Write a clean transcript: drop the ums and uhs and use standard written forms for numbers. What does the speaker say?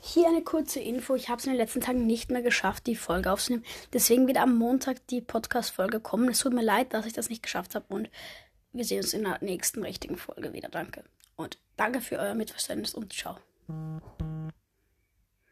Hier eine kurze Info. Ich habe es in den letzten Tagen nicht mehr geschafft, die Folge aufzunehmen. Deswegen wird am Montag die Podcast-Folge kommen. Es tut mir leid, dass ich das nicht geschafft habe. Und wir sehen uns in der nächsten richtigen Folge wieder. Danke. Und danke für euer Mitverständnis und ciao.